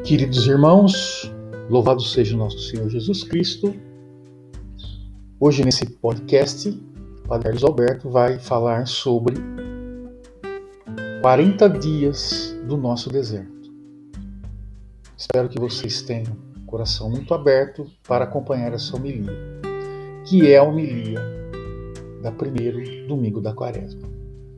Queridos irmãos, louvado seja o nosso Senhor Jesus Cristo. Hoje nesse podcast, o Padre Carlos Alberto vai falar sobre 40 dias do nosso deserto. Espero que vocês tenham o coração muito aberto para acompanhar essa homilia, que é a homilia da primeiro domingo da Quaresma.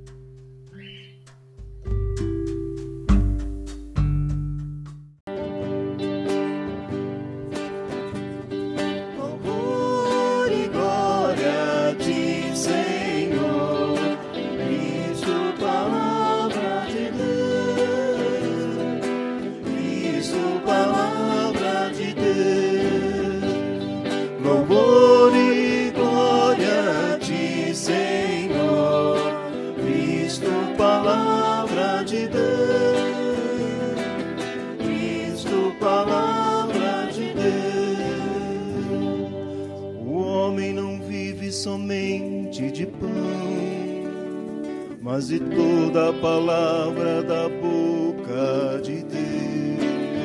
Somente de pão, mas de toda a palavra da boca de Deus.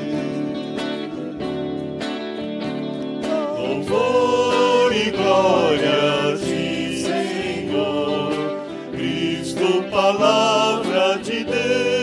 Louvor e glória a ti, Senhor, Cristo, palavra de Deus.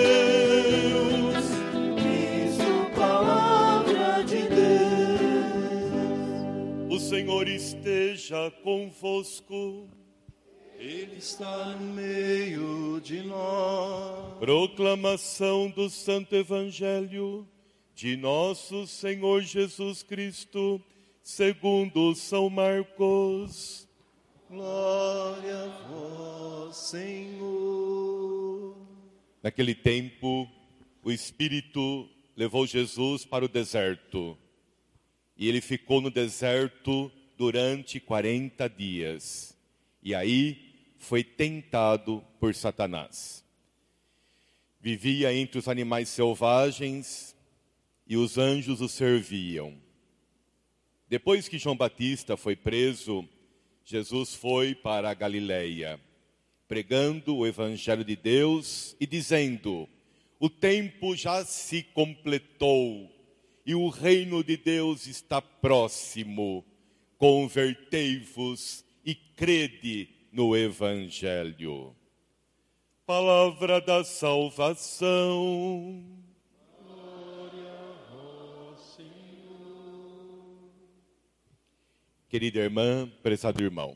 Cristo, palavra de Deus. O Senhor esteja convosco. Ele está no meio de nós. Proclamação do Santo Evangelho de nosso Senhor Jesus Cristo, segundo São Marcos. Glória a vós, Senhor. Naquele tempo, o Espírito levou Jesus para o deserto. E ele ficou no deserto durante 40 dias. E aí foi tentado por Satanás. Vivia entre os animais selvagens e os anjos o serviam. Depois que João Batista foi preso, Jesus foi para a Galileia, pregando o Evangelho de Deus e dizendo: o tempo já se completou e o reino de Deus está próximo. Convertei-vos e crede no Evangelho. Palavra da salvação. Glória a vós, Senhor. Querida irmã, prezado irmão,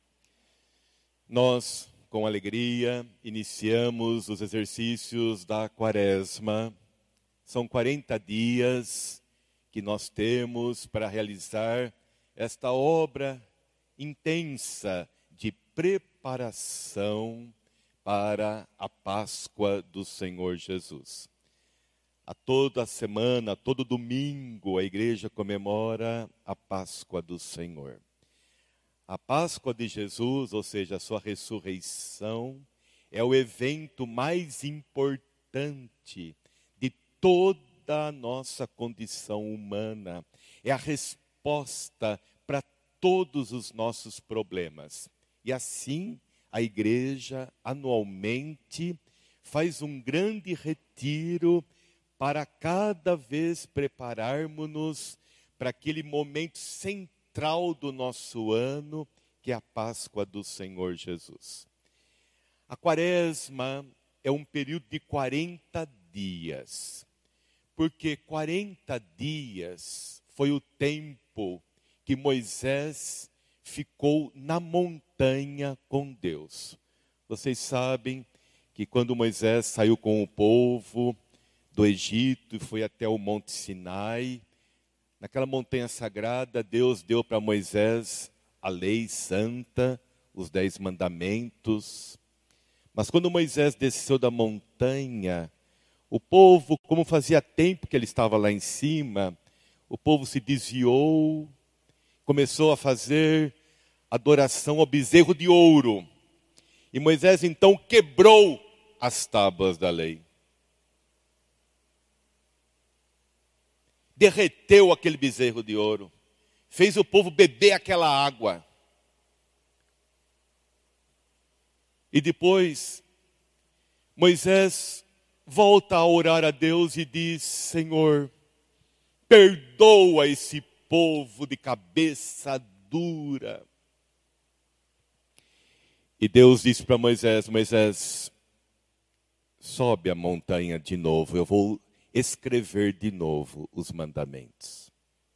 nós, com alegria, iniciamos os exercícios da Quaresma. São 40 dias que nós temos para realizar esta obra intensa de preparação para a Páscoa do Senhor Jesus. A toda semana, todo domingo, a igreja comemora a Páscoa do Senhor. A Páscoa de Jesus, ou seja, a sua ressurreição, é o evento mais importante de toda a nossa condição humana. É a resposta para todos os nossos problemas. E assim, a igreja anualmente faz um grande retiro para cada vez prepararmos-nos para aquele momento central do nosso ano, que é a Páscoa do Senhor Jesus. A Quaresma é um período de 40 dias, porque 40 dias foi o tempo que Moisés ficou na montanha com Deus. Vocês sabem que quando Moisés saiu com o povo do Egito e foi até o Monte Sinai, naquela montanha sagrada, Deus deu para Moisés a lei santa, os 10 mandamentos. Mas quando Moisés desceu da montanha, o povo, como fazia tempo que ele estava lá em cima, o povo se desviou, começou a fazer adoração ao bezerro de ouro. E Moisés então quebrou as tábuas da lei. Derreteu aquele bezerro de ouro. Fez o povo beber aquela água. E depois, Moisés volta a orar a Deus e diz: Senhor, perdoa esse povo de cabeça dura. E Deus disse para Moisés: Moisés, sobe a montanha de novo, eu vou escrever de novo os mandamentos.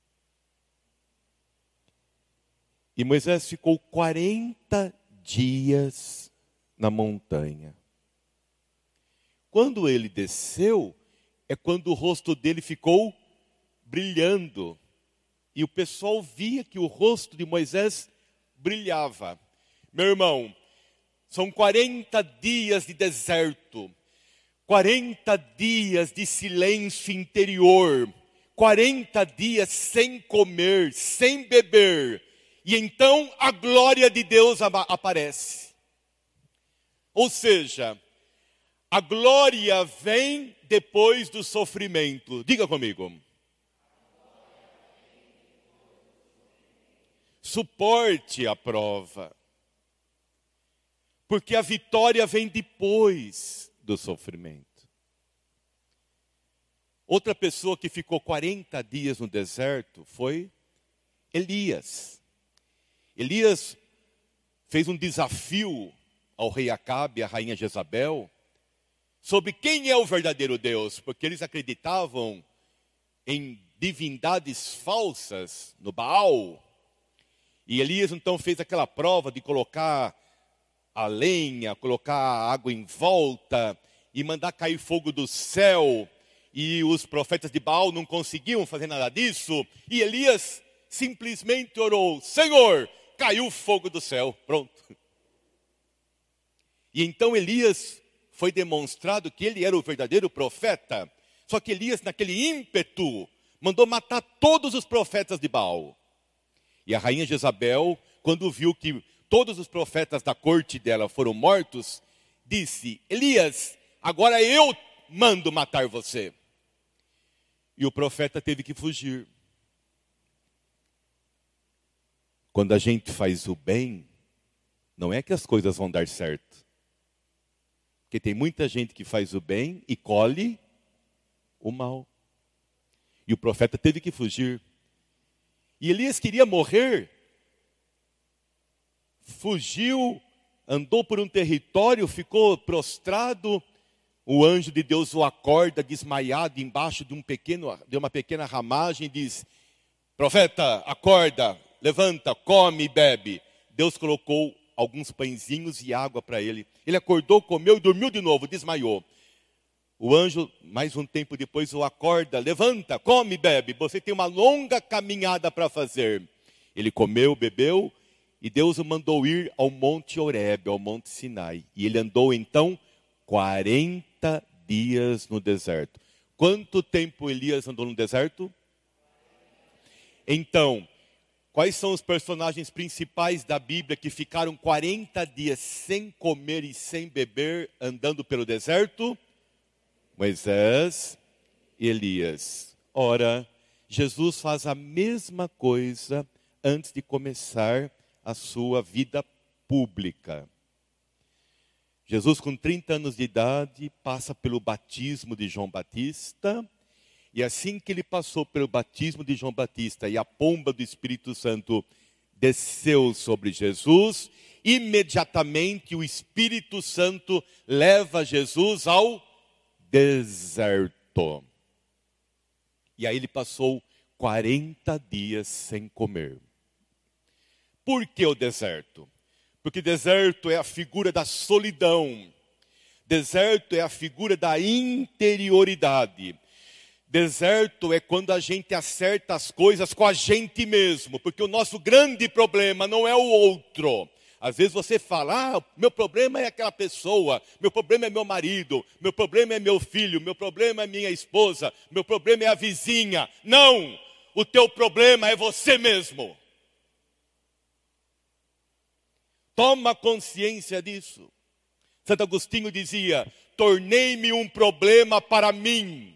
E Moisés ficou 40 dias na montanha. Quando ele desceu, é quando o rosto dele ficou brilhando. E o pessoal via que o rosto de Moisés brilhava. Meu irmão, são 40 dias de deserto, 40 dias de silêncio interior, 40 dias sem comer, sem beber. E então a glória de Deus aparece. Ou seja, a glória vem depois do sofrimento. Diga comigo. Suporte a prova. Porque a vitória vem depois do sofrimento. Outra pessoa que ficou 40 dias no deserto foi Elias. Elias fez um desafio ao rei Acabe e à rainha Jezabel sobre quem é o verdadeiro Deus, porque eles acreditavam em divindades falsas no Baal. E Elias então fez aquela prova de colocar a lenha, colocar a água em volta e mandar cair fogo do céu. E os profetas de Baal não conseguiam fazer nada disso. E Elias simplesmente orou: Senhor, caiu fogo do céu. Pronto. E então Elias foi demonstrado que ele era o verdadeiro profeta. Só que Elias, naquele ímpeto, mandou matar todos os profetas de Baal. E a rainha Jezabel, quando viu que todos os profetas da corte dela foram mortos, disse: Elias, agora eu mando matar você. E o profeta teve que fugir. Quando a gente faz o bem, não é que as coisas vão dar certo. Porque tem muita gente que faz o bem e colhe o mal. E o profeta teve que fugir. E Elias queria morrer. Fugiu, andou por um território, ficou prostrado. O anjo de Deus o acorda desmaiado embaixo de uma pequena ramagem e diz: profeta, acorda, levanta, come e bebe. Deus colocou alguns pãezinhos e água para ele. Ele acordou, comeu e dormiu de novo, desmaiou. O anjo, mais um tempo depois, o acorda: levanta, come e bebe, você tem uma longa caminhada para fazer. Ele comeu, bebeu, e Deus o mandou ir ao Monte Horebe, ao Monte Sinai. E ele andou então 40 dias no deserto. Quanto tempo Elias andou no deserto? Então, quais são os personagens principais da Bíblia que ficaram 40 dias sem comer e sem beber, andando pelo deserto? Moisés e Elias. Ora, Jesus faz a mesma coisa antes de começar a sua vida pública. Jesus, com 30 anos de idade, passa pelo batismo de João Batista. E assim que ele passou pelo batismo de João Batista e a pomba do Espírito Santo desceu sobre Jesus, imediatamente o Espírito Santo leva Jesus ao deserto. E aí ele passou 40 dias sem comer. Por que o deserto? Porque deserto é a figura da solidão. Deserto é a figura da interioridade. Deserto é quando a gente acerta as coisas com a gente mesmo. Porque o nosso grande problema não é o outro. Às vezes você fala: meu problema é aquela pessoa, meu problema é meu marido, meu problema é meu filho, meu problema é minha esposa, meu problema é a vizinha. Não! O teu problema é você mesmo. Toma consciência disso. Santo Agostinho dizia: tornei-me um problema para mim.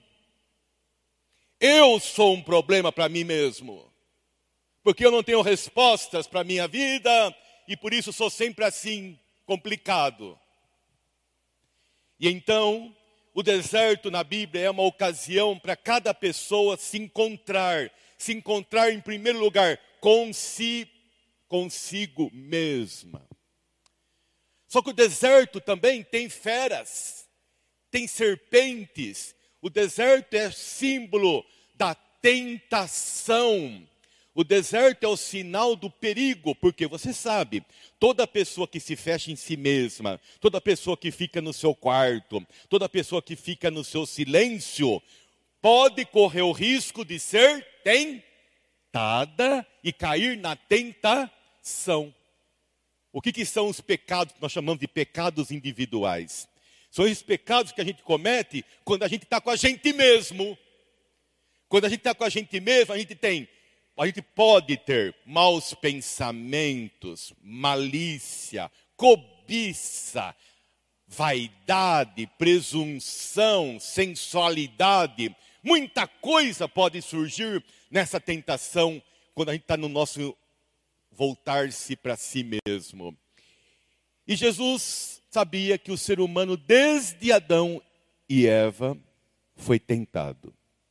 Eu sou um problema para mim mesmo. Porque eu não tenho respostas para a minha vida e por isso sou sempre assim, complicado. E então, o deserto na Bíblia é uma ocasião para cada pessoa se encontrar em primeiro lugar consigo mesma. Só que o deserto também tem feras, tem serpentes. O deserto é símbolo da tentação. O deserto é o sinal do perigo, porque você sabe, toda pessoa que se fecha em si mesma, toda pessoa que fica no seu quarto, toda pessoa que fica no seu silêncio, pode correr o risco de ser tentada e cair na tentação. O que são os pecados que nós chamamos de pecados individuais? São esses pecados que a gente comete quando a gente está com a gente mesmo. Quando a gente está com a gente mesmo, a gente pode ter maus pensamentos, malícia, cobiça, vaidade, presunção, sensualidade. Muita coisa pode surgir nessa tentação quando a gente está no nosso voltar-se para si mesmo. E Jesus sabia que o ser humano, desde Adão e Eva, foi tentado.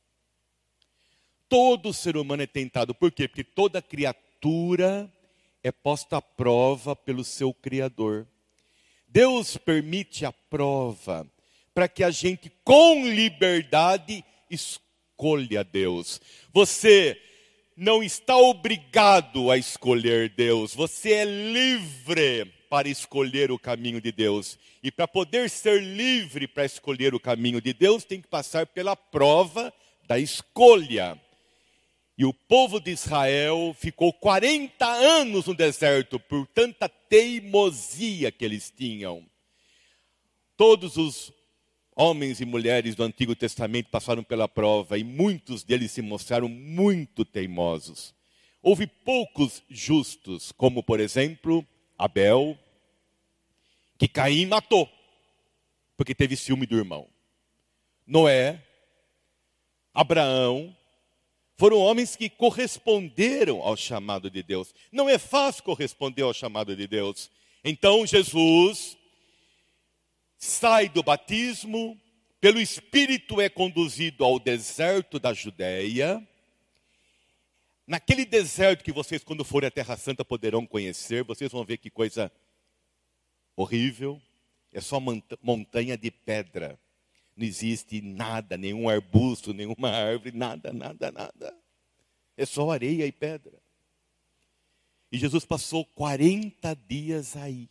Todo ser humano é tentado. Por quê? Porque toda criatura é posta à prova pelo seu Criador. Deus permite a prova para que a gente, com liberdade, escolha Deus. Você não está obrigado a escolher Deus. Você é livre para escolher o caminho de Deus. E para poder ser livre para escolher o caminho de Deus, tem que passar pela prova da escolha. E o povo de Israel ficou 40 anos no deserto por tanta teimosia que eles tinham. Todos os homens e mulheres do Antigo Testamento passaram pela prova e muitos deles se mostraram muito teimosos. Houve poucos justos, como por exemplo Abel, que Caim matou, porque teve ciúme do irmão. Noé, Abraão, foram homens que corresponderam ao chamado de Deus. Não é fácil corresponder ao chamado de Deus. Então Jesus sai do batismo, pelo Espírito é conduzido ao deserto da Judéia. Naquele deserto que vocês, quando forem à Terra Santa, poderão conhecer, vocês vão ver que coisa horrível. É só montanha de pedra. Não existe nada, nenhum arbusto, nenhuma árvore, nada. É só areia e pedra. E Jesus passou 40 dias aí.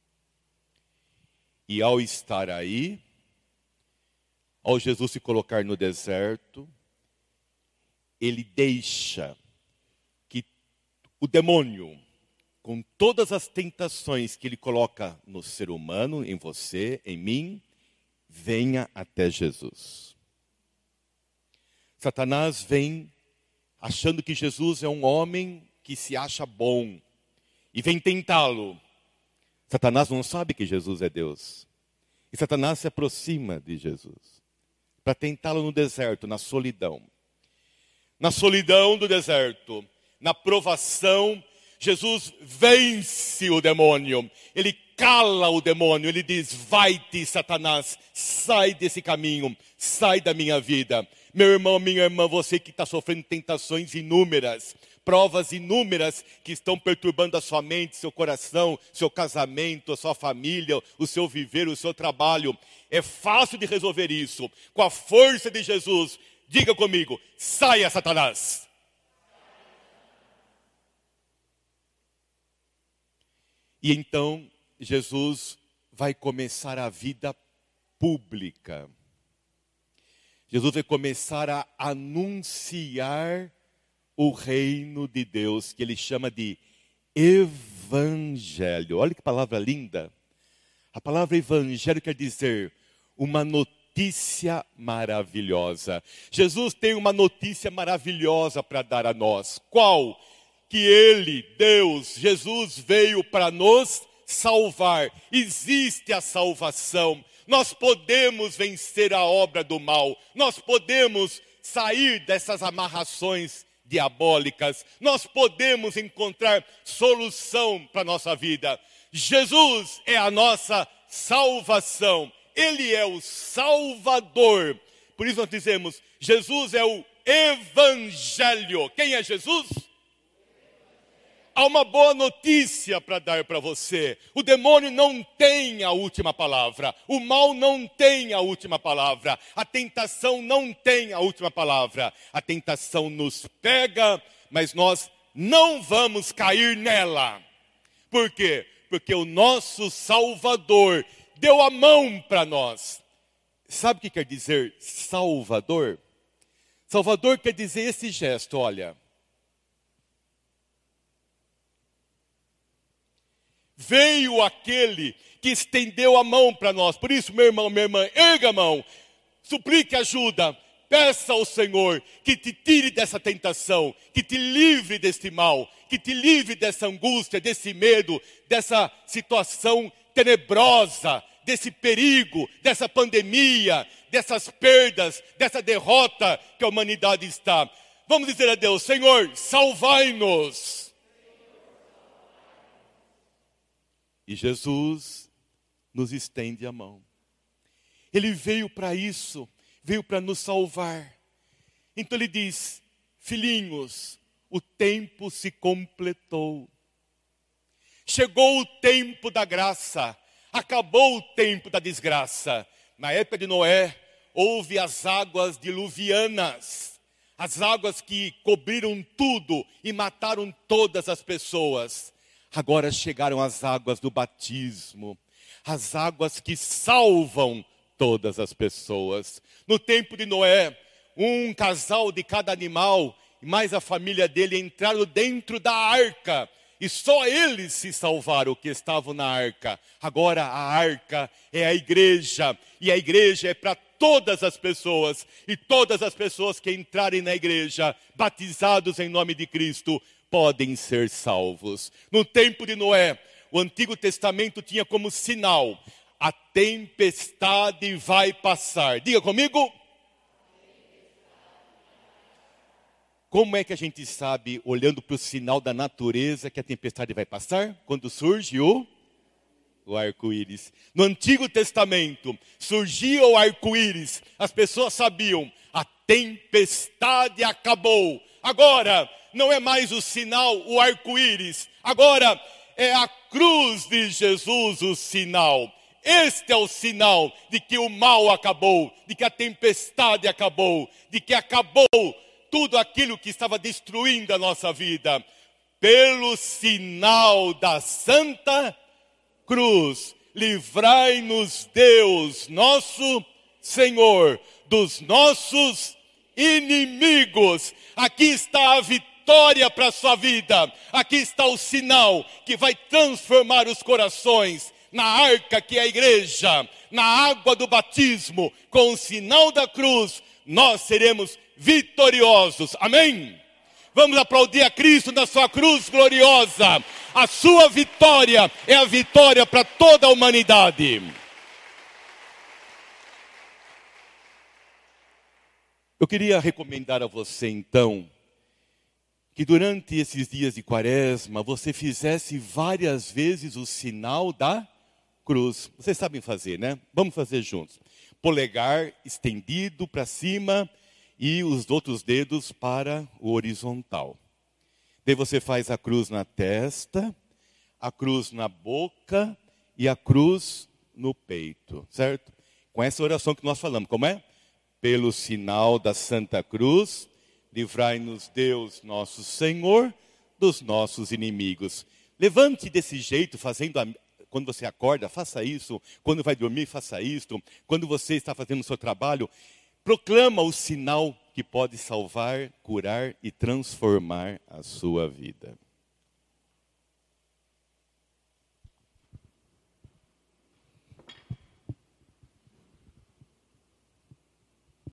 E ao estar aí, ao Jesus se colocar no deserto, ele deixa que o demônio, com todas as tentações que ele coloca no ser humano, em você, em mim, venha até Jesus. Satanás vem achando que Jesus é um homem que se acha bom e vem tentá-lo. Satanás não sabe que Jesus é Deus. E Satanás se aproxima de Jesus para tentá-lo no deserto, na solidão. Na solidão do deserto, na provação, Jesus vence o demônio. Ele cala o demônio, ele diz: vai-te, Satanás, sai desse caminho, sai da minha vida. Meu irmão, minha irmã, você que está sofrendo tentações inúmeras, provas inúmeras que estão perturbando a sua mente, seu coração, seu casamento, a sua família, o seu viver, o seu trabalho. É fácil de resolver isso. Com a força de Jesus, diga comigo: saia, Satanás. E então Jesus vai começar a vida pública. Jesus vai começar a anunciar o reino de Deus, que ele chama de evangelho. Olha que palavra linda. A palavra evangelho quer dizer uma notícia maravilhosa. Jesus tem uma notícia maravilhosa para dar a nós. Qual? Que ele, Deus, Jesus veio para nos salvar. Existe a salvação. Nós podemos vencer a obra do mal. Nós podemos sair dessas amarrações diabólicas. Nós podemos encontrar solução para a nossa vida. Jesus é a nossa salvação. Ele é o Salvador. Por isso nós dizemos, Jesus é o Evangelho. Quem é Jesus? Há uma boa notícia para dar para você. O demônio não tem a última palavra. O mal não tem a última palavra. A tentação não tem a última palavra. A tentação nos pega, mas nós não vamos cair nela. Por quê? Porque o nosso Salvador deu a mão para nós. Sabe o que quer dizer Salvador? Salvador quer dizer esse gesto, olha. Veio aquele que estendeu a mão para nós. Por isso, meu irmão, minha irmã, erga a mão, suplique ajuda, peça ao Senhor que te tire dessa tentação, que te livre deste mal, que te livre dessa angústia, desse medo, dessa situação tenebrosa, desse perigo, dessa pandemia, dessas perdas, dessa derrota que a humanidade está. Vamos dizer a Deus, Senhor, salvai-nos. E Jesus nos estende a mão. Ele veio para isso, veio para nos salvar. Então ele diz, filhinhos, o tempo se completou. Chegou o tempo da graça, acabou o tempo da desgraça. Na época de Noé, houve as águas diluvianas, as águas que cobriram tudo e mataram todas as pessoas. Agora chegaram as águas do batismo, as águas que salvam todas as pessoas. No tempo de Noé, um casal de cada animal, mais a família dele, entraram dentro da arca. E só eles se salvaram que estavam na arca. Agora a arca é a igreja. E a igreja é para todas as pessoas. E todas as pessoas que entrarem na igreja, batizados em nome de Cristo, podem ser salvos. No tempo de Noé, o Antigo Testamento tinha como sinal, a tempestade vai passar. Diga comigo. Como é que a gente sabe, olhando para o sinal da natureza, que a tempestade vai passar? Quando surge o arco-íris. No Antigo Testamento, surgia o arco-íris. As pessoas sabiam, a tempestade acabou. Agora, não é mais o sinal, o arco-íris. Agora, é a cruz de Jesus o sinal. Este é o sinal de que o mal acabou, de que a tempestade acabou, de que acabou tudo aquilo que estava destruindo a nossa vida. Pelo sinal da Santa Cruz, livrai-nos Deus, nosso Senhor, dos nossos inimigos. Aqui está a vitória para a sua vida. Aqui está o sinal que vai transformar os corações. Na arca que é a igreja, na água do batismo, com o sinal da cruz, nós seremos vitoriosos. Amém? Vamos aplaudir a Cristo na sua cruz gloriosa. A sua vitória é a vitória para toda a humanidade. Eu queria recomendar a você então, que durante esses dias de quaresma, você fizesse várias vezes o sinal da cruz. Vocês sabem fazer, né? Vamos fazer juntos. Polegar estendido para cima e os outros dedos para o horizontal. Daí você faz a cruz na testa, a cruz na boca e a cruz no peito, certo? Com essa oração que nós falamos, como é? Pelo sinal da Santa Cruz, livrai-nos Deus, nosso Senhor, dos nossos inimigos. Levante desse jeito, quando você acorda, faça isso. Quando vai dormir, faça isso. Quando você está fazendo o seu trabalho, proclama o sinal que pode salvar, curar e transformar a sua vida.